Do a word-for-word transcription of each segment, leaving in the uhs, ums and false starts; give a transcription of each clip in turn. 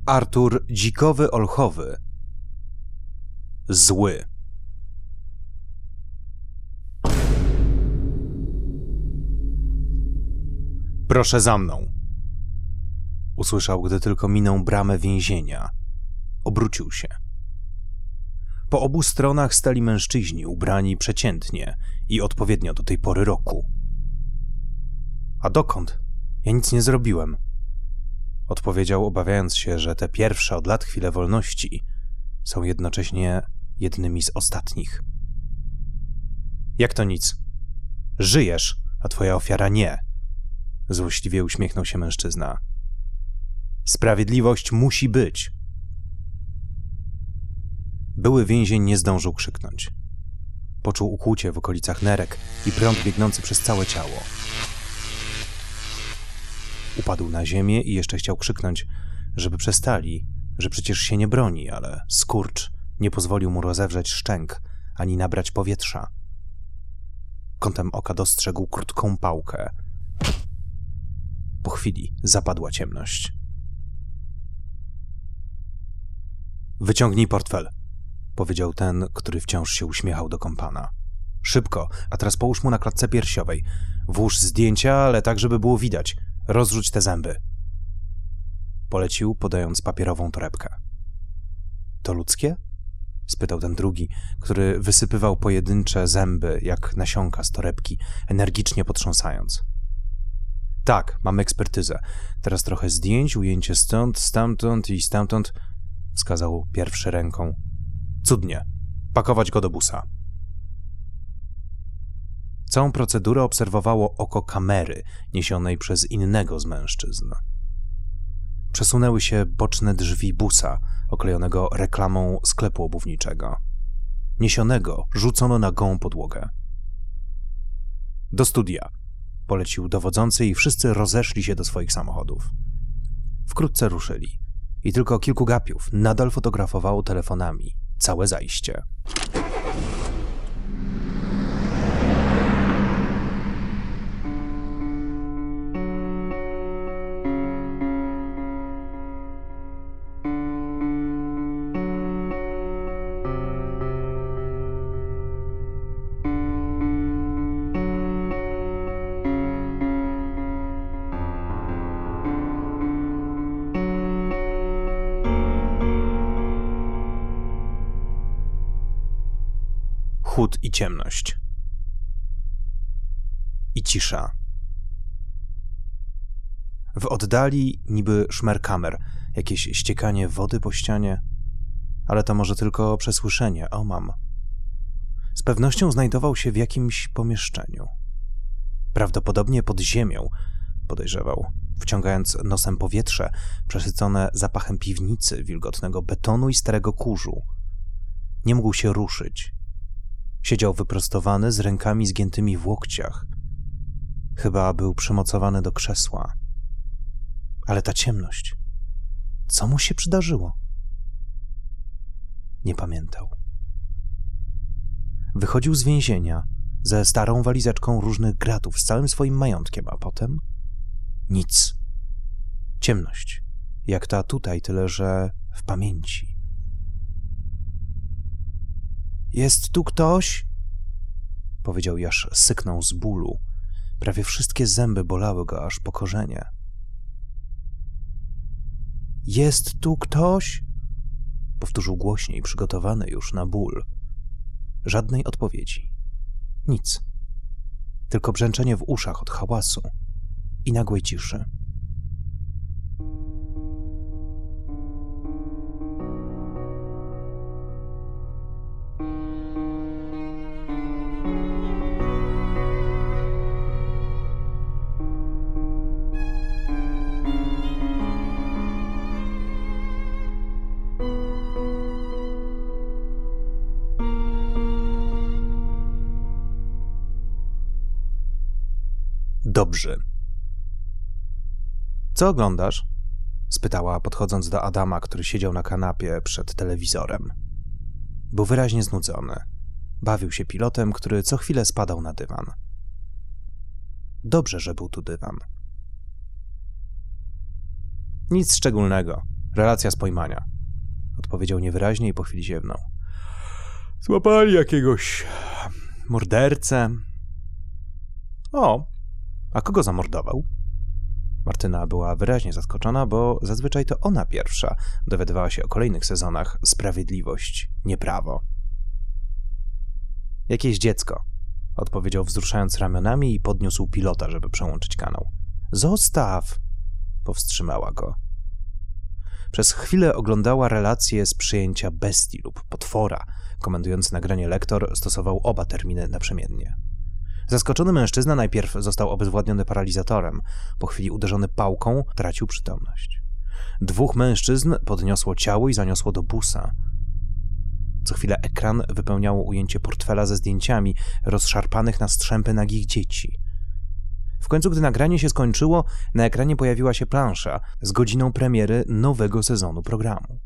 Artur Dzikowy Olchowy. Zły. Proszę za mną. Usłyszał, gdy tylko minął bramę więzienia. Obrócił się. Po obu stronach stali mężczyźni ubrani przeciętnie i odpowiednio do tej pory roku. A dokąd? Ja nic nie zrobiłem. Odpowiedział, obawiając się, że te pierwsze od lat chwile wolności są jednocześnie jednymi z ostatnich. Jak to nic? Żyjesz, a twoja ofiara nie. Złośliwie uśmiechnął się mężczyzna. Sprawiedliwość musi być. Były więzień nie zdążył krzyknąć. Poczuł ukłucie w okolicach nerek i prąd biegnący przez całe ciało. Upadł na ziemię i jeszcze chciał krzyknąć, żeby przestali, że przecież się nie broni, ale skurcz nie pozwolił mu rozewrzeć szczęk ani nabrać powietrza. Kątem oka dostrzegł krótką pałkę. Po chwili zapadła ciemność. Wyciągnij portfel, powiedział ten, który wciąż się uśmiechał do kompana. Szybko, a teraz połóż mu na klatce piersiowej. Włóż zdjęcia, ale tak, żeby było widać. Rozrzuć te zęby. Polecił, podając papierową torebkę. To ludzkie? Spytał ten drugi, który wysypywał pojedyncze zęby, jak nasionka z torebki, energicznie potrząsając. Tak, mamy ekspertyzę. Teraz trochę zdjęć, ujęcie stąd, stamtąd i stamtąd, wskazał pierwszy ręką. Cudnie. Pakować go do busa. Całą procedurę obserwowało oko kamery niesionej przez innego z mężczyzn. Przesunęły się boczne drzwi busa, oklejonego reklamą sklepu obuwniczego. Niesionego rzucono na gołą podłogę. Do studia, polecił dowodzący i wszyscy rozeszli się do swoich samochodów. Wkrótce ruszyli i tylko kilku gapiów nadal fotografowało telefonami całe zajście. Chłód i ciemność. I cisza. W oddali niby szmer kamer, jakieś ściekanie wody po ścianie, ale to może tylko przesłyszenie, o mam. Z pewnością znajdował się w jakimś pomieszczeniu. Prawdopodobnie pod ziemią, podejrzewał, wciągając nosem powietrze przesycone zapachem piwnicy, wilgotnego betonu i starego kurzu. Nie mógł się ruszyć. Siedział wyprostowany, z rękami zgiętymi w łokciach. Chyba był przymocowany do krzesła. Ale ta ciemność... Co mu się przydarzyło? Nie pamiętał. Wychodził z więzienia ze starą walizeczką różnych gratów, z całym swoim majątkiem, a potem... Nic. Ciemność. Jak ta tutaj, tyle że w pamięci. Jest tu ktoś? Powiedział, aż syknął z bólu. Prawie wszystkie zęby bolały go aż po korzenie. Jest tu ktoś? Powtórzył głośniej, przygotowany już na ból. Żadnej odpowiedzi. Nic. Tylko brzęczenie w uszach od hałasu i nagłej ciszy. Dobrzy. Co oglądasz? Spytała, podchodząc do Adama, który siedział na kanapie przed telewizorem. Był wyraźnie znudzony. Bawił się pilotem, który co chwilę spadał na dywan. Dobrze, że był tu dywan. Nic szczególnego. Relacja z pojmania. Odpowiedział niewyraźnie i po chwili ziewnął. Złapali jakiegoś mordercę. O, a kogo zamordował? Martyna była wyraźnie zaskoczona, bo zazwyczaj to ona pierwsza dowiadywała się o kolejnych sezonach Sprawiedliwość, nie prawo. Jakieś dziecko, odpowiedział wzruszając ramionami i podniósł pilota, żeby przełączyć kanał. Zostaw! Powstrzymała go. Przez chwilę oglądała relację z przyjęcia bestii lub potwora. Komendujący nagranie lektor stosował oba terminy naprzemiennie. Zaskoczony mężczyzna najpierw został obezwładniony paralizatorem. Po chwili uderzony pałką tracił przytomność. Dwóch mężczyzn podniosło ciało i zaniosło do busa. Co chwilę ekran wypełniało ujęcie portfela ze zdjęciami rozszarpanych na strzępy nagich dzieci. W końcu, gdy nagranie się skończyło, na ekranie pojawiła się plansza z godziną premiery nowego sezonu programu.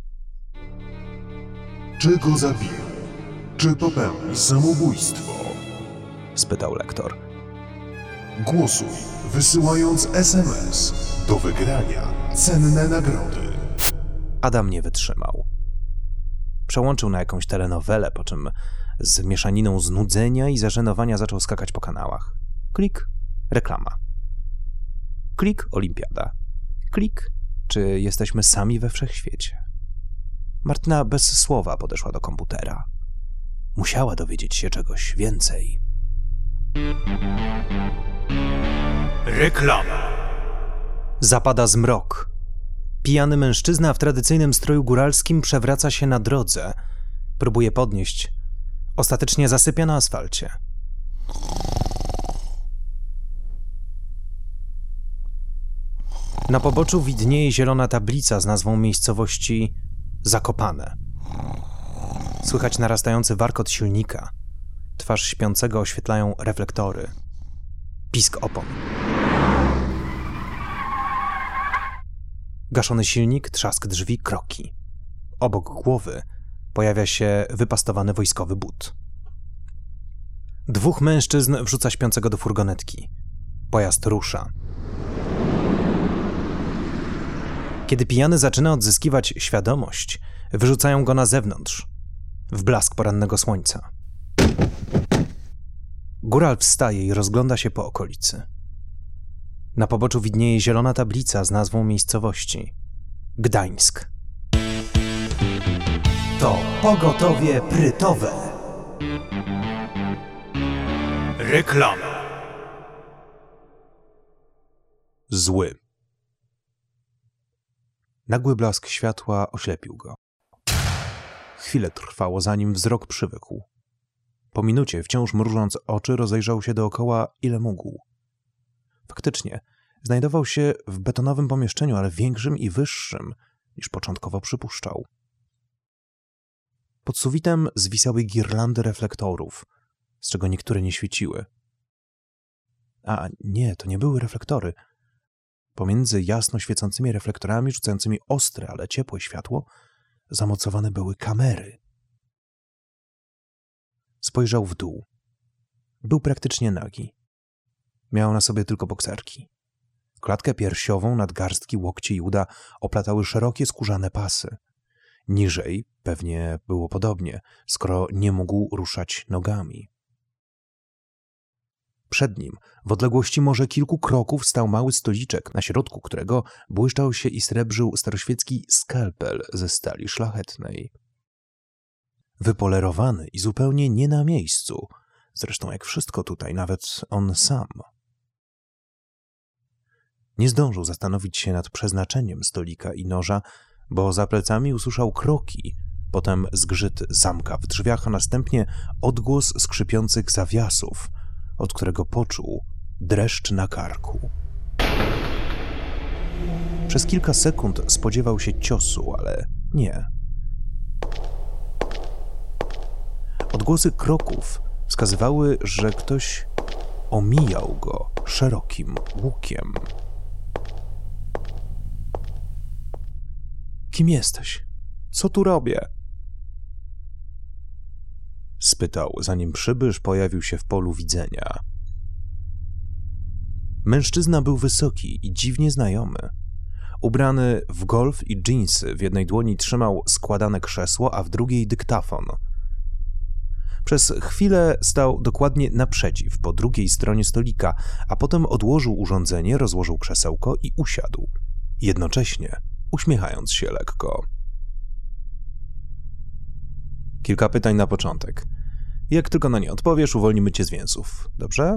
Czy go zabił? Czy popełni samobójstwo? Spytał lektor. Głosuj, wysyłając es em es. Do wygrania cenne nagrody. Adam nie wytrzymał. Przełączył na jakąś telenowelę, po czym z mieszaniną znudzenia i zażenowania zaczął skakać po kanałach. Klik, reklama. Klik, olimpiada. Klik, czy jesteśmy sami we wszechświecie. Martyna bez słowa podeszła do komputera. Musiała dowiedzieć się czegoś więcej. Reklama. Zapada zmrok. Pijany mężczyzna w tradycyjnym stroju góralskim przewraca się na drodze. Próbuje podnieść. Ostatecznie zasypia na asfalcie. Na poboczu widnieje zielona tablica z nazwą miejscowości Zakopane. Słychać narastający warkot silnika. Twarz śpiącego oświetlają reflektory. Pisk opon. Gaszony silnik, trzask drzwi, kroki. Obok głowy pojawia się wypastowany wojskowy but. Dwóch mężczyzn wrzuca śpiącego do furgonetki. Pojazd rusza. Kiedy pijany zaczyna odzyskiwać świadomość, wyrzucają go na zewnątrz, w blask porannego słońca. Góral wstaje i rozgląda się po okolicy. Na poboczu widnieje zielona tablica z nazwą miejscowości Gdańsk. To pogotowie prytowe. Reklama. Zły. Nagły blask światła oślepił go. Chwilę trwało, zanim wzrok przywykł. Po minucie, wciąż mrużąc oczy, rozejrzał się dookoła, ile mógł. Faktycznie, znajdował się w betonowym pomieszczeniu, ale większym i wyższym, niż początkowo przypuszczał. Pod sufitem zwisały girlandy reflektorów, z czego niektóre nie świeciły. A nie, to nie były reflektory. Pomiędzy jasno świecącymi reflektorami, rzucającymi ostre, ale ciepłe światło, zamocowane były kamery. Spojrzał w dół. Był praktycznie nagi. Miał na sobie tylko bokserki. Klatkę piersiową, nadgarstki, łokcie i uda oplatały szerokie skórzane pasy. Niżej pewnie było podobnie, skoro nie mógł ruszać nogami. Przed nim, w odległości może kilku kroków, stał mały stoliczek, na środku którego błyszczał się i srebrzył staroświecki skalpel ze stali szlachetnej. Wypolerowany i zupełnie nie na miejscu, zresztą jak wszystko tutaj, nawet on sam. Nie zdążył zastanowić się nad przeznaczeniem stolika i noża, bo za plecami usłyszał kroki, potem zgrzyt zamka w drzwiach, a następnie odgłos skrzypiących zawiasów, od którego poczuł dreszcz na karku. Przez kilka sekund spodziewał się ciosu, ale nie. Odgłosy kroków wskazywały, że ktoś omijał go szerokim łukiem. Kim jesteś? Co tu robię? Spytał, zanim przybysz pojawił się w polu widzenia. Mężczyzna był wysoki i dziwnie znajomy. Ubrany w golf i dżinsy, w jednej dłoni trzymał składane krzesło, a w drugiej dyktafon. Przez chwilę stał dokładnie naprzeciw, po drugiej stronie stolika, a potem odłożył urządzenie, rozłożył krzesełko i usiadł, jednocześnie uśmiechając się lekko. Kilka pytań na początek. Jak tylko na nie odpowiesz, uwolnimy cię z więzów. Dobrze?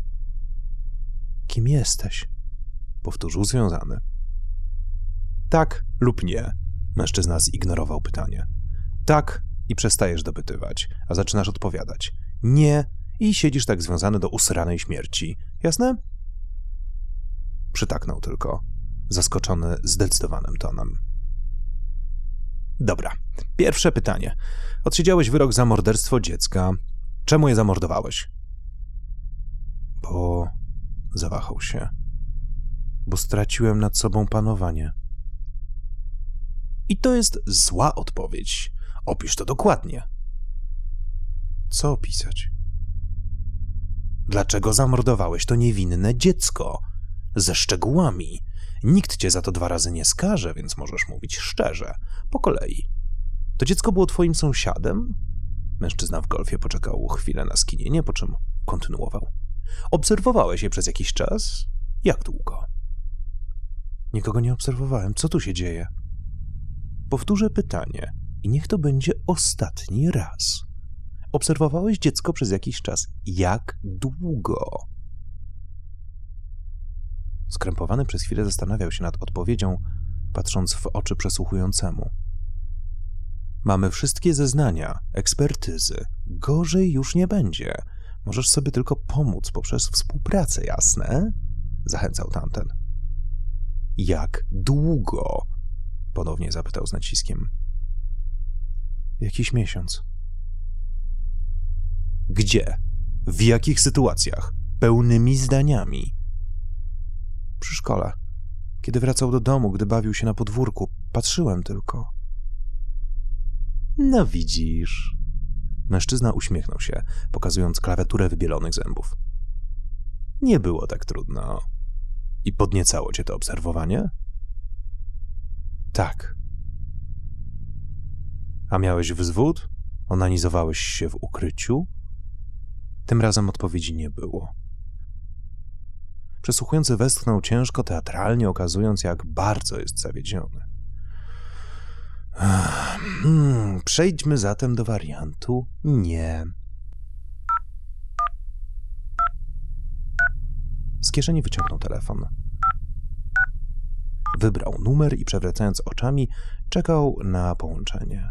Kim jesteś? Powtórzył związany. Tak lub nie? Mężczyzna zignorował pytanie. Tak i przestajesz dopytywać, a zaczynasz odpowiadać. Nie i siedzisz tak związany do usranej śmierci. Jasne? Przytaknął tylko, zaskoczony zdecydowanym tonem. Dobra, pierwsze pytanie. Odsiedziałeś wyrok za morderstwo dziecka. Czemu je zamordowałeś? Bo... zawahał się. Bo straciłem nad sobą panowanie. I to jest zła odpowiedź. Opisz to dokładnie. Co opisać? Dlaczego zamordowałeś to niewinne dziecko? Ze szczegółami. Nikt cię za to dwa razy nie skaże, więc możesz mówić szczerze. Po kolei. To dziecko było twoim sąsiadem? Mężczyzna w golfie poczekał chwilę na skinienie, po czym kontynuował. Obserwowałeś je przez jakiś czas? Jak długo? Nikogo nie obserwowałem. Co tu się dzieje? Powtórzę pytanie i niech to będzie ostatni raz. Obserwowałeś dziecko przez jakiś czas. Jak długo? Skrępowany przez chwilę zastanawiał się nad odpowiedzią, patrząc w oczy przesłuchującemu. Mamy wszystkie zeznania, ekspertyzy. Gorzej już nie będzie. Możesz sobie tylko pomóc poprzez współpracę, jasne? Zachęcał tamten. Jak długo? Ponownie zapytał z naciskiem. Jakiś miesiąc. Gdzie? W jakich sytuacjach? Pełnymi zdaniami. Przy szkole. Kiedy wracał do domu, gdy bawił się na podwórku, patrzyłem tylko. No widzisz. Mężczyzna uśmiechnął się, pokazując klawiaturę wybielonych zębów. Nie było tak trudno. I podniecało cię to obserwowanie? Tak. A miałeś wzwód? Onanizowałeś się w ukryciu? Tym razem odpowiedzi nie było. Przesłuchujący westchnął ciężko, teatralnie, okazując, jak bardzo jest zawiedziony. Hmm, przejdźmy zatem do wariantu nie. Z kieszeni wyciągnął telefon. Wybrał numer i przewracając oczami, czekał na połączenie.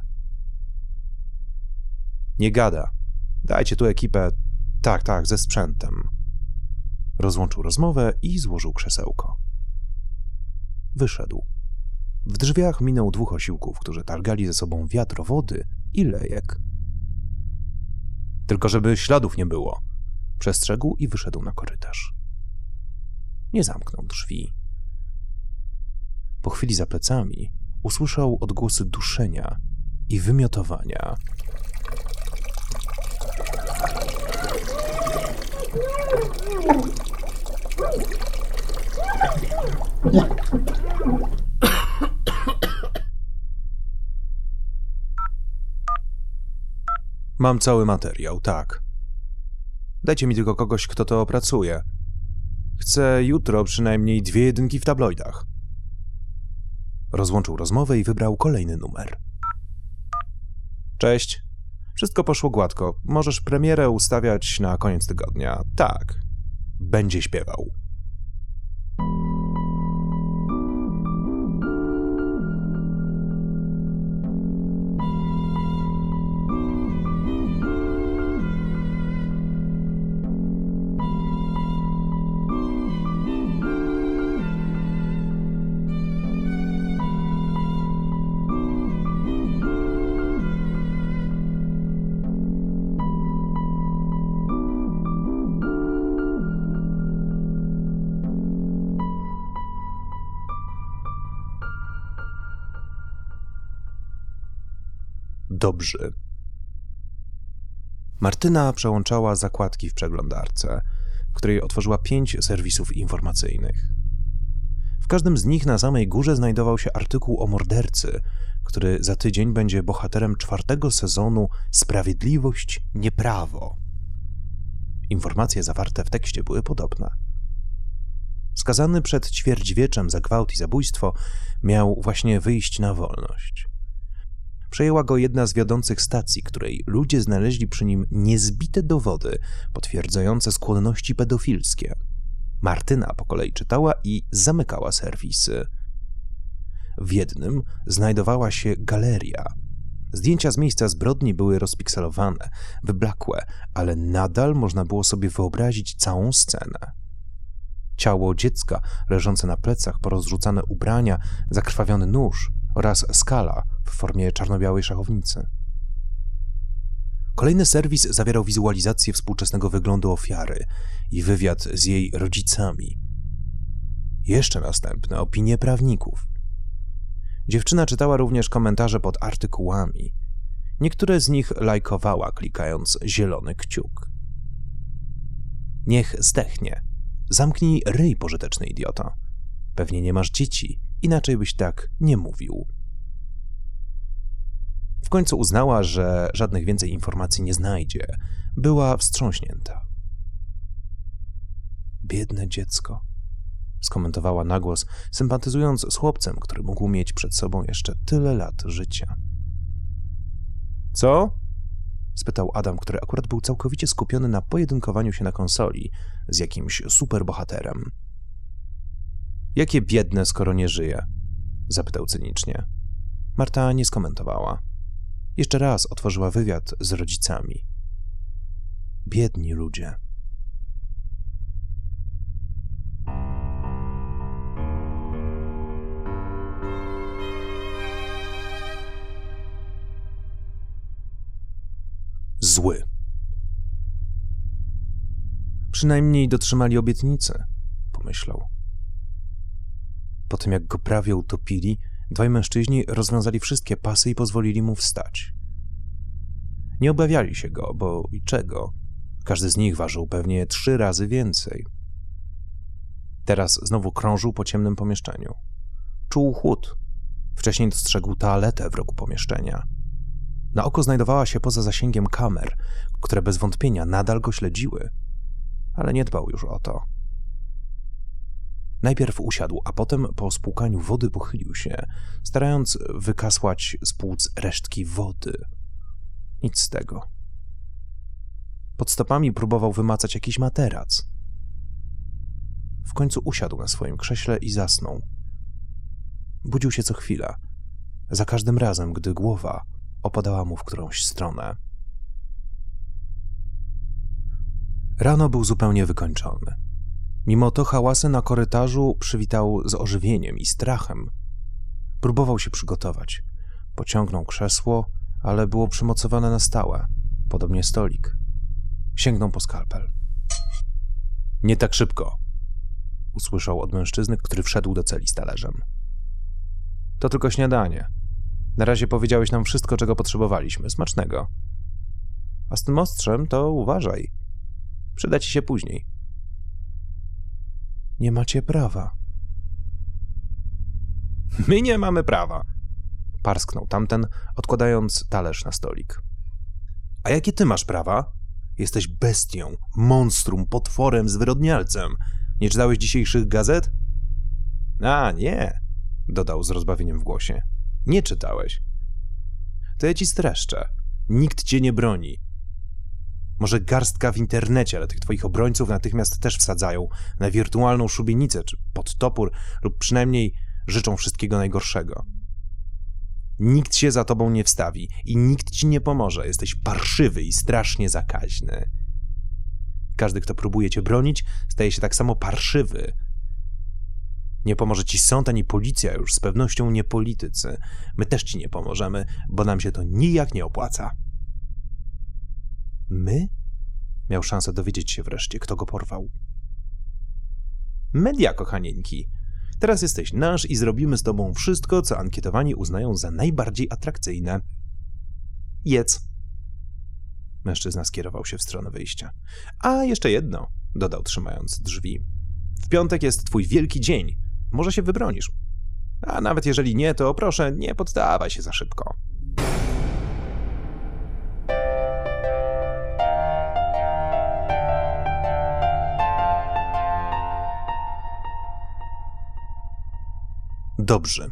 Nie gada. Dajcie tu ekipę. Tak, tak, ze sprzętem. Rozłączył rozmowę i złożył krzesełko. Wyszedł. W drzwiach minął dwóch osiłków, którzy targali ze sobą wiatrowody i lejek. Tylko żeby śladów nie było. Przestrzegł i wyszedł na korytarz. Nie zamknął drzwi. Po chwili za plecami usłyszał odgłosy duszenia i wymiotowania. Mam cały materiał, tak. Dajcie mi tylko kogoś, kto to opracuje. Chcę jutro przynajmniej dwie jedynki w tabloidach. Rozłączył rozmowę i wybrał kolejny numer. Cześć. Wszystko poszło gładko. Możesz premierę ustawiać na koniec tygodnia. Tak. Będzie śpiewał. Dobrzy. Martyna przełączała zakładki w przeglądarce, w której otworzyła pięć serwisów informacyjnych. W W każdym z nich na samej górze znajdował się artykuł o mordercy, który za tydzień będzie bohaterem czwartego sezonu Sprawiedliwość nie prawo. Informacje zawarte w tekście były podobne. Skazany przed ćwierćwieczem za gwałt i zabójstwo miał właśnie wyjść na wolność. Przejęła go jedna z wiodących stacji, której ludzie znaleźli przy nim niezbite dowody potwierdzające skłonności pedofilskie. Martyna po kolei czytała i zamykała serwisy. W jednym znajdowała się galeria. Zdjęcia z miejsca zbrodni były rozpikselowane, wyblakłe, ale nadal można było sobie wyobrazić całą scenę. Ciało dziecka leżące na plecach, porozrzucane ubrania, zakrwawiony nóż oraz skala w formie czarno-białej szachownicy. Kolejny serwis zawierał wizualizację współczesnego wyglądu ofiary i wywiad z jej rodzicami. Jeszcze następne opinie prawników. Dziewczyna czytała również komentarze pod artykułami. Niektóre z nich lajkowała, klikając zielony kciuk. Niech zdechnie. Zamknij ryj, pożyteczny idioto. Pewnie nie masz dzieci, inaczej byś tak nie mówił. W końcu uznała, że żadnych więcej informacji nie znajdzie. Była wstrząśnięta. Biedne dziecko, skomentowała na głos, sympatyzując z chłopcem, który mógł mieć przed sobą jeszcze tyle lat życia. Co? Spytał Adam, który akurat był całkowicie skupiony na pojedynkowaniu się na konsoli z jakimś superbohaterem. Jakie biedne, skoro nie żyje? Zapytał cynicznie. Marta nie skomentowała. Jeszcze raz otworzyła wywiad z rodzicami. Biedni ludzie. Zły. Przynajmniej dotrzymali obietnicy, pomyślał. Po tym, jak go prawie utopili, dwaj mężczyźni rozwiązali wszystkie pasy i pozwolili mu wstać. Nie obawiali się go, bo i czego? Każdy z nich ważył pewnie trzy razy więcej. Teraz znowu krążył po ciemnym pomieszczeniu. Czuł chłód. Wcześniej dostrzegł toaletę w rogu pomieszczenia. Na oko znajdowała się poza zasięgiem kamer, które bez wątpienia nadal go śledziły, ale nie dbał już o to. Najpierw usiadł, a potem po spłukaniu wody pochylił się, starając wykasłać z płuc resztki wody. Nic z tego. Pod stopami próbował wymacać jakiś materac. W końcu usiadł na swoim krześle i zasnął. Budził się co chwila, za każdym razem, gdy głowa opadała mu w którąś stronę. Rano był zupełnie wykończony. Mimo to hałasy na korytarzu przywitał z ożywieniem i strachem. Próbował się przygotować. Pociągnął krzesło, ale było przymocowane na stałe, podobnie stolik. Sięgnął po skalpel. Nie tak szybko, usłyszał od mężczyzny, który wszedł do celi z talerzem. To tylko śniadanie. Na razie powiedziałeś nam wszystko, czego potrzebowaliśmy. Smacznego. A z tym ostrzem to uważaj. Przyda ci się później. Nie macie prawa. My nie mamy prawa, parsknął tamten, odkładając talerz na stolik. A jakie ty masz prawa? Jesteś bestią, monstrum, potworem, zwyrodnialcem. Nie czytałeś dzisiejszych gazet? A, nie, dodał z rozbawieniem w głosie. Nie czytałeś. To ja ci streszczę. Nikt cię nie broni. Może garstka w internecie, ale tych twoich obrońców natychmiast też wsadzają na wirtualną szubienicę, czy pod topór, lub przynajmniej życzą wszystkiego najgorszego. Nikt się za tobą nie wstawi i nikt ci nie pomoże. Jesteś parszywy i strasznie zakaźny. Każdy, kto próbuje cię bronić, staje się tak samo parszywy. Nie pomoże ci sąd ani policja, już z pewnością nie politycy. My też ci nie pomożemy, bo nam się to nijak nie opłaca. My? Miał szansę dowiedzieć się wreszcie, kto go porwał. Media, kochanieńki. Teraz jesteś nasz i zrobimy z tobą wszystko, co ankietowani uznają za najbardziej atrakcyjne. Jedz. Mężczyzna skierował się w stronę wyjścia. A jeszcze jedno, dodał, trzymając drzwi. W piątek jest twój wielki dzień. Może się wybronisz. A nawet jeżeli nie, to proszę, nie poddawaj się za szybko. Dobrze.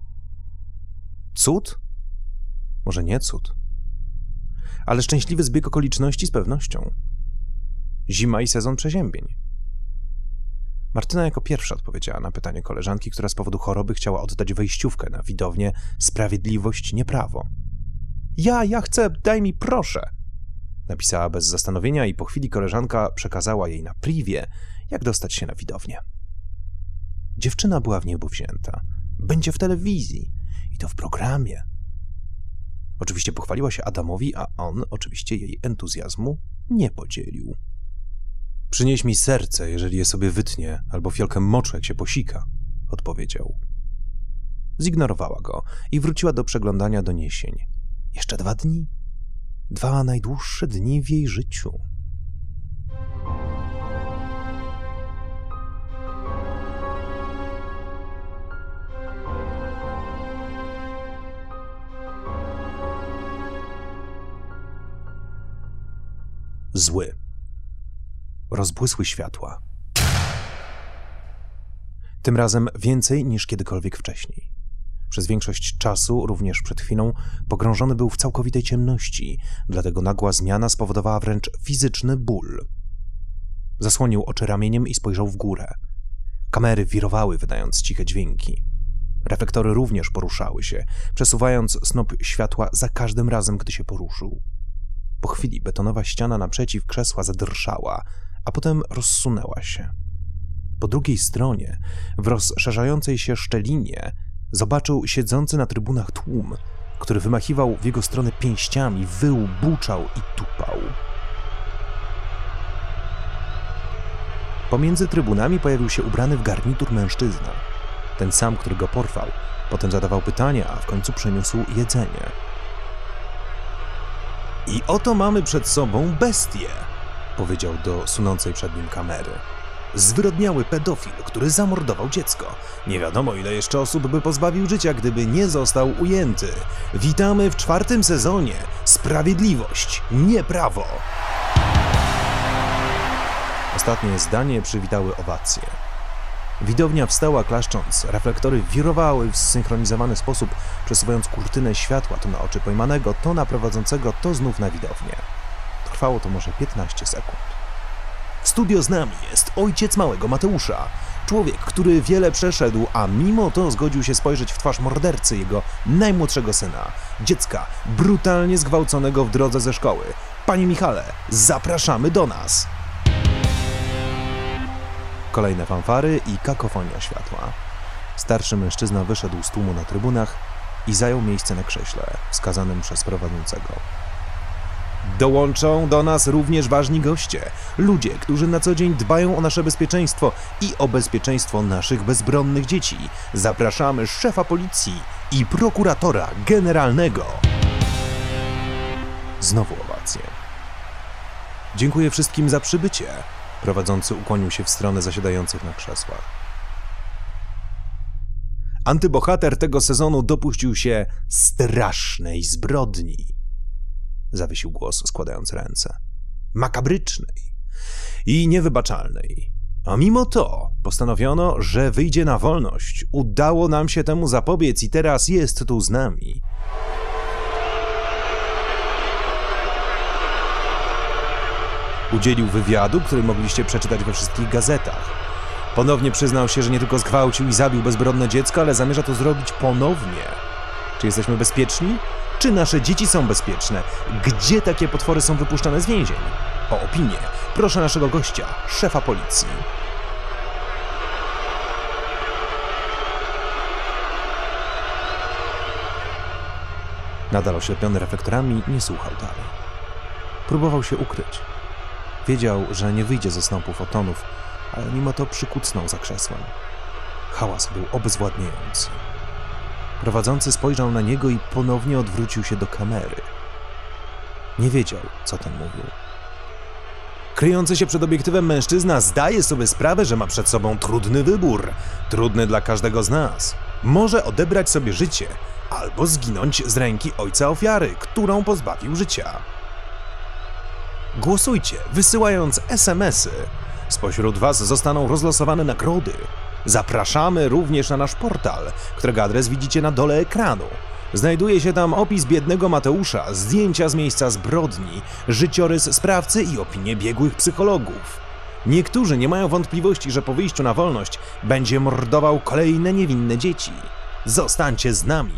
Cud? Może nie cud. Ale szczęśliwy zbieg okoliczności z pewnością. Zima i sezon przeziębień. Martyna jako pierwsza odpowiedziała na pytanie koleżanki, która z powodu choroby chciała oddać wejściówkę na widownię Sprawiedliwość, nie prawo. Ja, ja chcę, daj mi proszę! Napisała bez zastanowienia i po chwili koleżanka przekazała jej na privie, jak dostać się na widownię. Dziewczyna była w niebo wzięta. Będzie w telewizji. I to w programie. Oczywiście pochwaliła się Adamowi, a on oczywiście jej entuzjazmu nie podzielił. Przynieś mi serce, jeżeli je sobie wytnie, albo fiolkę moczu, jak się posika, odpowiedział. Zignorowała go i wróciła do przeglądania doniesień. Jeszcze dwa dni. Dwa najdłuższe dni w jej życiu. Zły. Rozbłysły światła. Tym razem więcej niż kiedykolwiek wcześniej. Przez większość czasu, również przed chwilą, pogrążony był w całkowitej ciemności, dlatego nagła zmiana spowodowała wręcz fizyczny ból. Zasłonił oczy ramieniem i spojrzał w górę. Kamery wirowały, wydając ciche dźwięki. Reflektory również poruszały się, przesuwając snop światła za każdym razem, gdy się poruszył. Po chwili betonowa ściana naprzeciw krzesła zadrżała, a potem rozsunęła się. Po drugiej stronie, w rozszerzającej się szczelinie, zobaczył siedzący na trybunach tłum, który wymachiwał w jego stronę pięściami, wył, buczał i tupał. Pomiędzy trybunami pojawił się ubrany w garnitur mężczyzna. Ten sam, który go porwał. Potem zadawał pytania, a w końcu przyniósł jedzenie. I oto mamy przed sobą bestię, powiedział do sunącej przed nim kamery. Zwyrodniały pedofil, który zamordował dziecko. Nie wiadomo, ile jeszcze osób by pozbawił życia, gdyby nie został ujęty. Witamy w czwartym sezonie. Sprawiedliwość, nie prawo. Ostatnie zdanie przywitały owacje. Widownia wstała klaszcząc, reflektory wirowały w zsynchronizowany sposób, przesuwając kurtynę światła to na oczy pojmanego, to na prowadzącego, to znów na widownię. Trwało to może piętnaście sekund. W studio z nami jest ojciec małego Mateusza. Człowiek, który wiele przeszedł, a mimo to zgodził się spojrzeć w twarz mordercy jego najmłodszego syna, dziecka brutalnie zgwałconego w drodze ze szkoły. Panie Michale, zapraszamy do nas! Kolejne fanfary i kakofonia światła. Starszy mężczyzna wyszedł z tłumu na trybunach i zajął miejsce na krześle, wskazanym przez prowadzącego. Dołączą do nas również ważni goście, ludzie, którzy na co dzień dbają o nasze bezpieczeństwo i o bezpieczeństwo naszych bezbronnych dzieci. Zapraszamy szefa policji i prokuratora generalnego. Znowu owacje. Dziękuję wszystkim za przybycie. Prowadzący ukłonił się w stronę zasiadających na krzesłach. Antybohater tego sezonu dopuścił się strasznej zbrodni. Zawiesił głos, składając ręce. Makabrycznej i niewybaczalnej. A mimo to postanowiono, że wyjdzie na wolność. Udało nam się temu zapobiec i teraz jest tu z nami. Udzielił wywiadu, który mogliście przeczytać we wszystkich gazetach. Ponownie przyznał się, że nie tylko zgwałcił i zabił bezbronne dziecko, ale zamierza to zrobić ponownie. Czy jesteśmy bezpieczni? Czy nasze dzieci są bezpieczne? Gdzie takie potwory są wypuszczane z więzień? O opinię proszę naszego gościa, szefa policji. Nadal oślepiony reflektorami, nie słuchał dalej. Próbował się ukryć. Wiedział, że nie wyjdzie ze snopu fotonów, ale mimo to przykucnął za krzesłem. Hałas był obezwładniający. Prowadzący spojrzał na niego i ponownie odwrócił się do kamery. Nie wiedział, co ten mówił. Kryjący się przed obiektywem mężczyzna zdaje sobie sprawę, że ma przed sobą trudny wybór. Trudny dla każdego z nas. Może odebrać sobie życie, albo zginąć z ręki ojca ofiary, którą pozbawił życia. Głosujcie, wysyłając es em esy. Spośród was zostaną rozlosowane nagrody. Zapraszamy również na nasz portal, którego adres widzicie na dole ekranu. Znajduje się tam opis biednego Mateusza, zdjęcia z miejsca zbrodni, życiorys sprawcy i opinie biegłych psychologów. Niektórzy nie mają wątpliwości, że po wyjściu na wolność będzie mordował kolejne niewinne dzieci. Zostańcie z nami!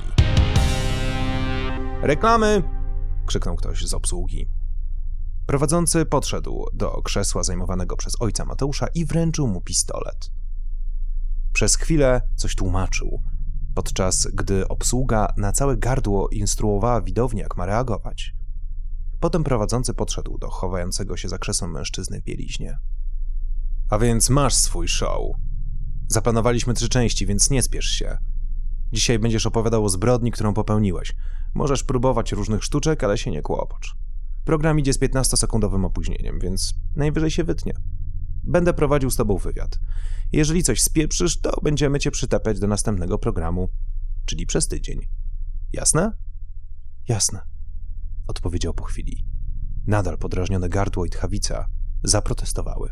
Reklamy! Krzyknął ktoś z obsługi. Prowadzący podszedł do krzesła zajmowanego przez ojca Mateusza i wręczył mu pistolet. Przez chwilę coś tłumaczył, podczas gdy obsługa na całe gardło instruowała widownię, jak ma reagować. Potem prowadzący podszedł do chowającego się za krzesłem mężczyzny w bieliźnie. A więc masz swój show. Zaplanowaliśmy trzy części, więc nie spiesz się. Dzisiaj będziesz opowiadał o zbrodni, którą popełniłeś. Możesz próbować różnych sztuczek, ale się nie kłopocz. Program idzie z piętnastosekundowym opóźnieniem, więc najwyżej się wytnie. Będę prowadził z tobą wywiad. Jeżeli coś spieprzysz, to będziemy cię przytapiać do następnego programu, czyli przez tydzień. Jasne? Jasne, odpowiedział po chwili. Nadal podrażnione gardło i tchawica zaprotestowały.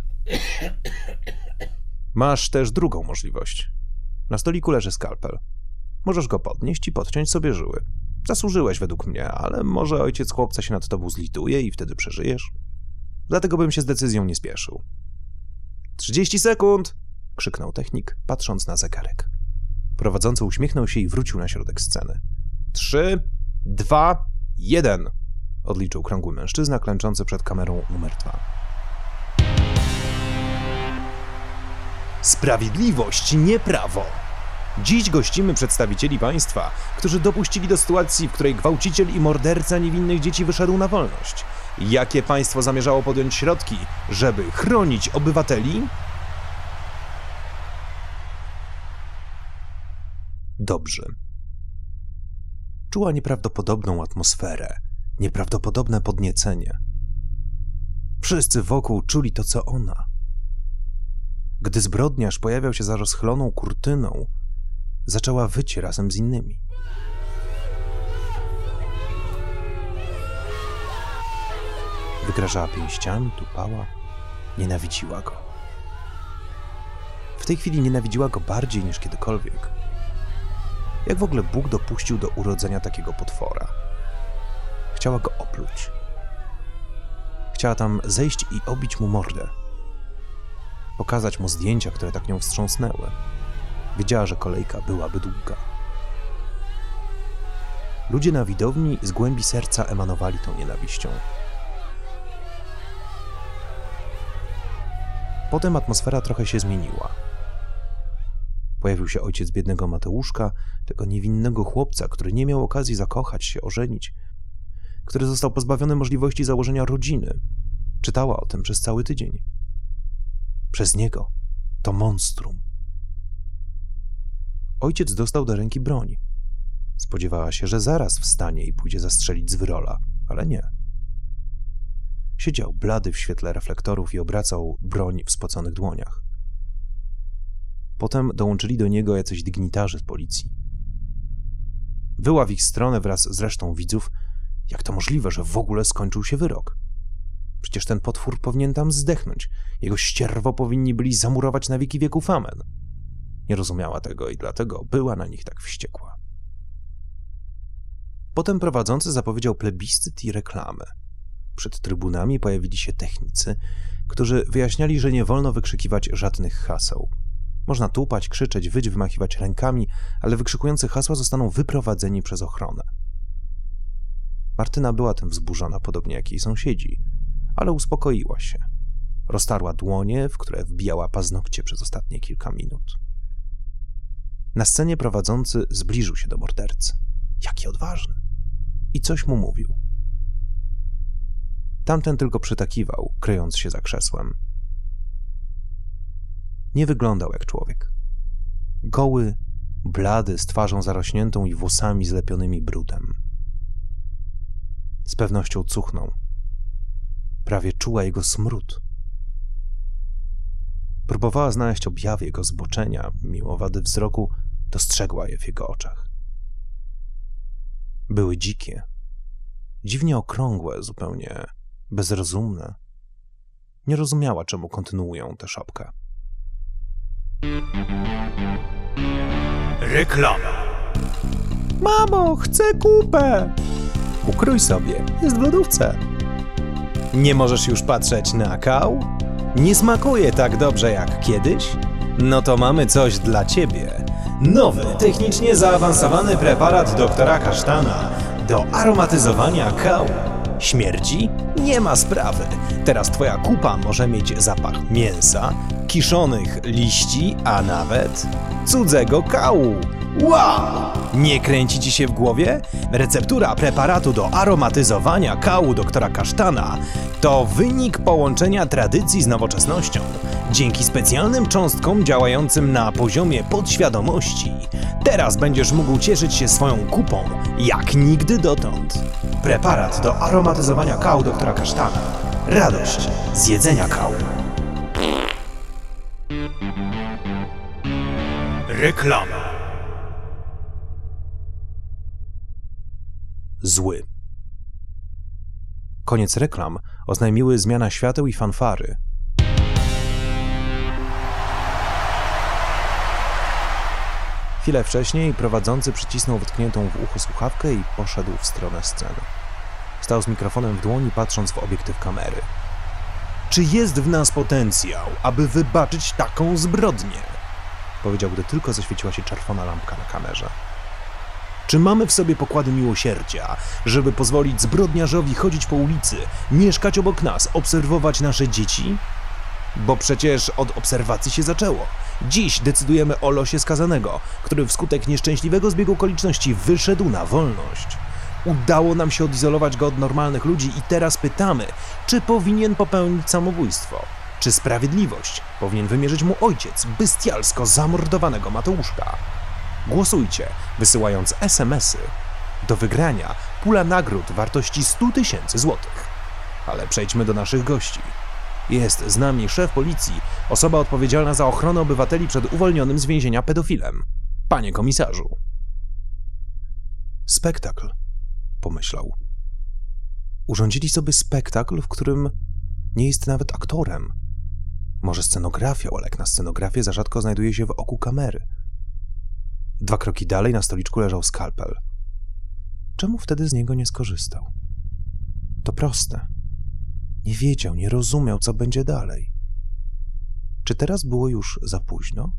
Masz też drugą możliwość. Na stoliku leży skalpel. Możesz go podnieść i podciąć sobie żyły. Zasłużyłeś według mnie, ale może ojciec chłopca się nad tobą zlituje i wtedy przeżyjesz. Dlatego bym się z decyzją nie spieszył. Trzydzieści sekund! Krzyknął technik, patrząc na zegarek. Prowadzący uśmiechnął się i wrócił na środek sceny. Trzy, dwa, jeden! Odliczył krągły mężczyzna klęczący przed kamerą numer dwa. Sprawiedliwość, nie prawo! Dziś gościmy przedstawicieli państwa, którzy dopuścili do sytuacji, w której gwałciciel i morderca niewinnych dzieci wyszedł na wolność. Jakie państwo zamierzało podjąć środki, żeby chronić obywateli? Dobrze. Czuła nieprawdopodobną atmosferę, nieprawdopodobne podniecenie. Wszyscy wokół czuli to, co ona. Gdy zbrodniarz pojawiał się za rozchyloną kurtyną, zaczęła wyć razem z innymi. Wygrażała pięściami, tupała, nienawidziła go. W tej chwili nienawidziła go bardziej niż kiedykolwiek. Jak w ogóle Bóg dopuścił do urodzenia takiego potwora? Chciała go opluć. Chciała tam zejść i obić mu mordę. Pokazać mu zdjęcia, które tak nią wstrząsnęły. Wiedziała, że kolejka byłaby długa. Ludzie na widowni z głębi serca emanowali tą nienawiścią. Potem atmosfera trochę się zmieniła. Pojawił się ojciec biednego Mateuszka, tego niewinnego chłopca, który nie miał okazji zakochać się, ożenić, który został pozbawiony możliwości założenia rodziny. Czytała o tym przez cały tydzień. Przez niego, to monstrum. Ojciec dostał do ręki broń. Spodziewała się, że zaraz wstanie i pójdzie zastrzelić Zwyrola, ale nie. Siedział blady w świetle reflektorów i obracał broń w spoconych dłoniach. Potem dołączyli do niego jacyś dygnitarze z policji. Wyła w ich stronę wraz z resztą widzów, jak to możliwe, że w ogóle skończył się wyrok. Przecież ten potwór powinien tam zdechnąć. Jego ścierwo powinni byli zamurować na wieki wieków amen. Nie rozumiała tego i dlatego była na nich tak wściekła. Potem prowadzący zapowiedział plebiscyt i reklamę. Przed trybunami pojawili się technicy, którzy wyjaśniali, że nie wolno wykrzykiwać żadnych haseł. Można tupać, krzyczeć, wyć, wymachiwać rękami, ale wykrzykujący hasła zostaną wyprowadzeni przez ochronę. Martyna była tym wzburzona, podobnie jak jej sąsiedzi, ale uspokoiła się. Roztarła dłonie, w które wbijała paznokcie przez ostatnie kilka minut. Na scenie prowadzący zbliżył się do mordercy. Jaki odważny! I coś mu mówił. Tamten tylko przytakiwał, kryjąc się za krzesłem. Nie wyglądał jak człowiek. Goły, blady, z twarzą zarośniętą i włosami zlepionymi brudem. Z pewnością cuchnął. Prawie czuła jego smród, Próbowała znaleźć objawy jego zboczenia, mimo wady wzroku dostrzegła je w jego oczach. Były dzikie, dziwnie okrągłe, zupełnie bezrozumne. Nie rozumiała, czemu kontynuują tę szopkę. Reklama. Mamo, chcę kupę! Ukrój sobie, jest w lodówce. Nie możesz już patrzeć na kał? Nie smakuje tak dobrze jak kiedyś? No to mamy coś dla ciebie. Nowy, technicznie zaawansowany preparat doktora Kasztana do aromatyzowania kału. Śmierdzi? Nie ma sprawy. Teraz twoja kupa może mieć zapach mięsa, kiszonych liści, a nawet cudzego kału. Wow! Nie kręci ci się w głowie? Receptura preparatu do aromatyzowania kału doktora Kasztana to wynik połączenia tradycji z nowoczesnością. Dzięki specjalnym cząstkom działającym na poziomie podświadomości, teraz będziesz mógł cieszyć się swoją kupą jak nigdy dotąd. Preparat do aromatyzowania kału doktora Kasztana. Radość z jedzenia kału. Reklama. Zły. Koniec reklam oznajmiły zmiana świateł i fanfary. Chwilę wcześniej prowadzący przycisnął wytkniętą w ucho słuchawkę i poszedł w stronę sceny. Stał z mikrofonem w dłoni, patrząc w obiektyw kamery. Czy jest w nas potencjał, aby wybaczyć taką zbrodnię? Powiedział, gdy tylko zaświeciła się czerwona lampka na kamerze. Czy mamy w sobie pokłady miłosierdzia, żeby pozwolić zbrodniarzowi chodzić po ulicy, mieszkać obok nas, obserwować nasze dzieci? Bo przecież od obserwacji się zaczęło. Dziś decydujemy o losie skazanego, który wskutek nieszczęśliwego zbiegu okoliczności wyszedł na wolność. Udało nam się odizolować go od normalnych ludzi i teraz pytamy, czy powinien popełnić samobójstwo? Czy sprawiedliwość powinien wymierzyć mu ojciec bestialsko zamordowanego Mateuszka? Głosujcie, wysyłając es em esy. Do wygrania pula nagród wartości sto tysięcy złotych. Ale przejdźmy do naszych gości. Jest z nami szef policji, osoba odpowiedzialna za ochronę obywateli przed uwolnionym z więzienia pedofilem. Panie komisarzu. Spektakl, pomyślał. Urządzili sobie spektakl, w którym nie jest nawet aktorem. Może scenografią, ale jak na scenografię za rzadko znajduje się w oku kamery. Dwa kroki dalej na stoliczku leżał skalpel. Czemu wtedy z niego nie skorzystał? To proste. Nie wiedział, nie rozumiał, co będzie dalej. Czy teraz było już za późno?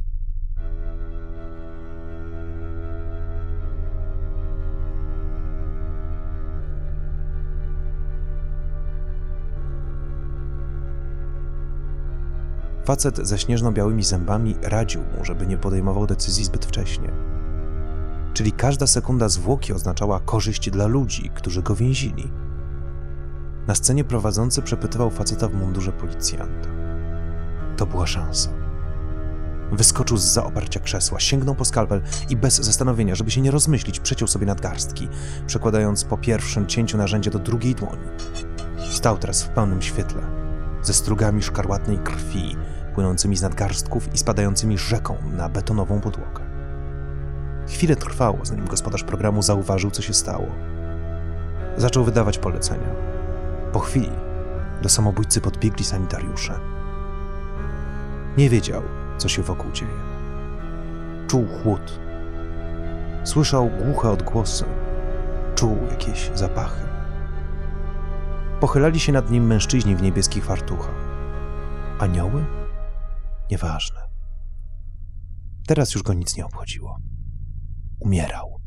Facet ze śnieżno-białymi zębami radził mu, żeby nie podejmował decyzji zbyt wcześnie. Czyli każda sekunda zwłoki oznaczała korzyść dla ludzi, którzy go więzili. Na scenie prowadzący przepytywał faceta w mundurze policjanta. To była szansa. Wyskoczył zza oparcia krzesła, sięgnął po skalpel i bez zastanowienia, żeby się nie rozmyślić, przeciął sobie nadgarstki, przekładając po pierwszym cięciu narzędzia do drugiej dłoni. Stał teraz w pełnym świetle, ze strugami szkarłatnej krwi, płynącymi z nadgarstków i spadającymi rzeką na betonową podłogę. Chwilę trwało, zanim gospodarz programu zauważył, co się stało. Zaczął wydawać polecenia. Po chwili do samobójcy podbiegli sanitariusze. Nie wiedział, co się wokół dzieje. Czuł chłód. Słyszał głuche odgłosy. Czuł jakieś zapachy. Pochylali się nad nim mężczyźni w niebieskich fartuchach. Anioły? Nieważne. Teraz już go nic nie obchodziło. Umierał.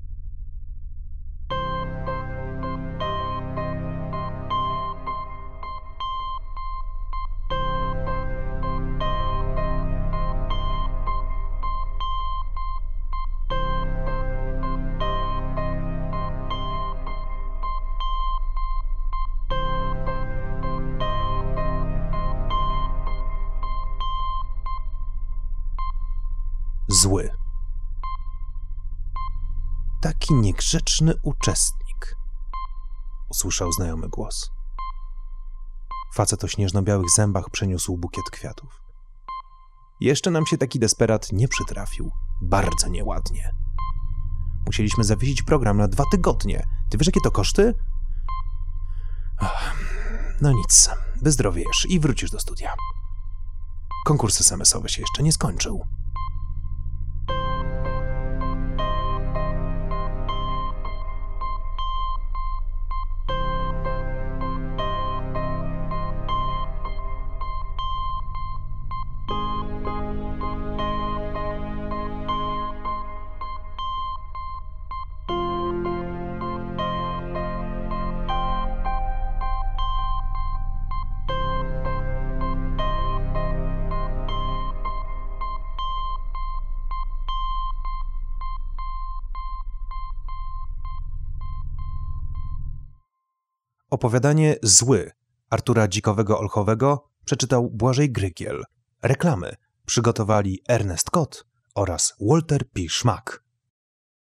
Zły. Taki niegrzeczny uczestnik, usłyszał znajomy głos. Facet o śnieżno-białych zębach przeniósł bukiet kwiatów. Jeszcze nam się taki desperat nie przytrafił. Bardzo nieładnie. Musieliśmy zawiesić program na dwa tygodnie. Ty wiesz, jakie to koszty? Ach, no nic, wyzdrowiejesz i wrócisz do studia. Konkurs es em es owy się jeszcze nie skończył. Opowiadanie Zły Artura Dzikowego-Olchowego przeczytał Błażej Grygiel. Reklamy przygotowali Ernest Kot oraz Walter P. Szmak.